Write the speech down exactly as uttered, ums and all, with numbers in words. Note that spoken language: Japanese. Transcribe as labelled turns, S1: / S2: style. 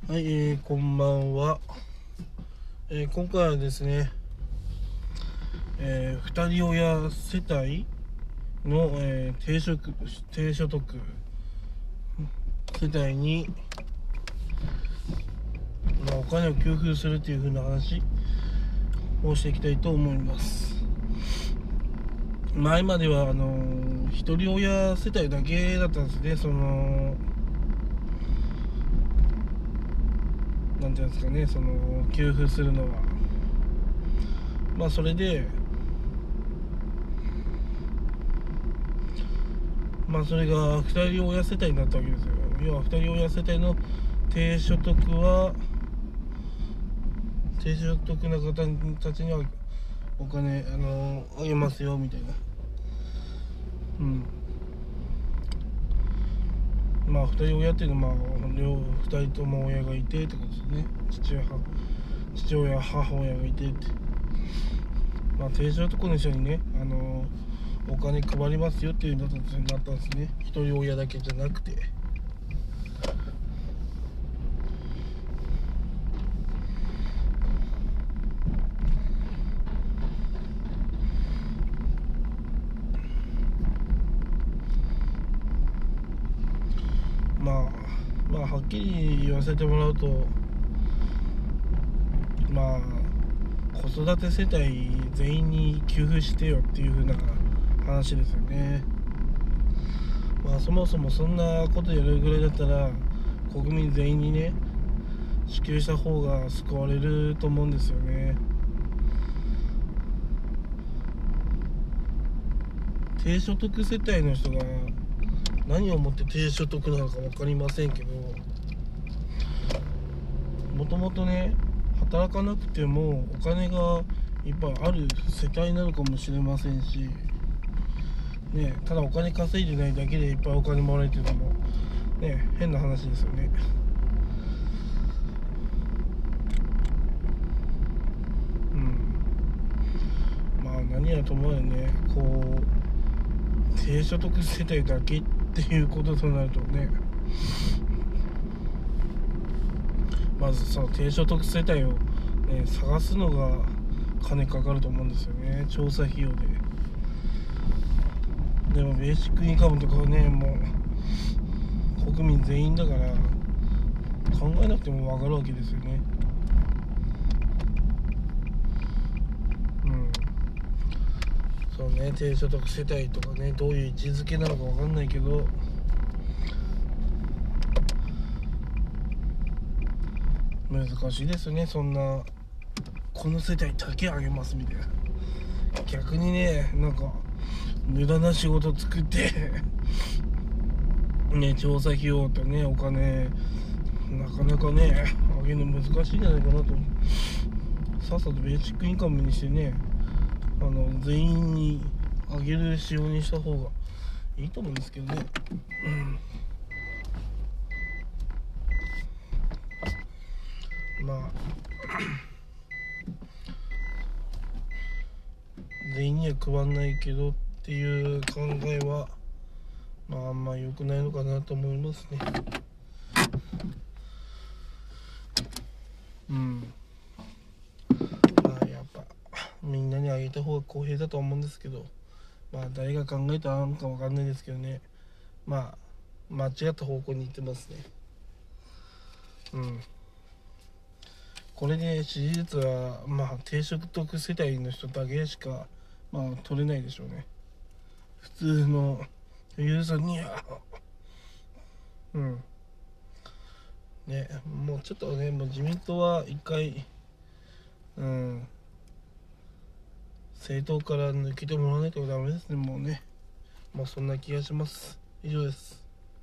S1: はい、えー、こんばんは、えー、今回はですね、えー、二人親世帯の、えー、低所得低所得世帯に、まあ、お金を給付するという風な話をしていきたいと思います。前まではあのー、一人親世帯だけだったんですね。そのなんていうんですかね、その給付するのは、まあそれでまあそれがふたり親世帯になったわけですよ。要はふたり親世帯の低所得は低所得な方たちにはお金あのあげますよみたいな。うんまあふたり親っていうのは、まあ、両ふたりとも親がいてってことですね。父親父親母親がいてって、まあ低所得の人にね、あのお金配りますよっていうのになったんですね。一人親だけじゃなくて。まあまあはっきり言わせてもらうと、まあ子育て世帯全員に給付してよっていう風な話ですよね。まあそもそもそんなことやるぐらいだったら国民全員にね支給した方が救われると思うんですよね。低所得世帯の人が何をもって低所得なのか分かりませんけど、もともとね働かなくてもお金がいっぱいある世帯なのかもしれませんしね、ただお金稼いでないだけでいっぱいお金もらえてるのもね変な話ですよね。うんまあ何やともあれね、こう低所得世帯だけっていうこととなるとね、まずその低所得世帯を、ね、探すのが金かかると思うんですよね、調査費用で。でもベーシックインカムとかはねもう国民全員だから考えなくても分かるわけですよね。うんそうね、低所得世帯とかねどういう位置づけなのか分かんないけど、難しいですね。そんなこの世帯だけあげますみたいな、逆にねなんか無駄な仕事作ってね調査費用とねお金なかなかね上げるの難しいんじゃないかなと。さっさとベーシックインカムにしてね、あの全員に上げる仕様にした方がいいと思うんですけどね。うんまあ全員には配んないけどっていう考えはまああんま良くないのかなと思いますね。うんまあやっぱみんなにあげた方が公平だと思うんですけど、まあ誰が考えたのかわかんないですけどね、まあ間違った方向に行ってますね。うんこれで支持率はまあ低所得世帯の人だけしかまあ取れないでしょうね。普通のユーザーにはうんねもうちょっとねもう自民党は一回うん政党から抜けてもらわないとダメですね。もうねまあそんな気がします。以上です。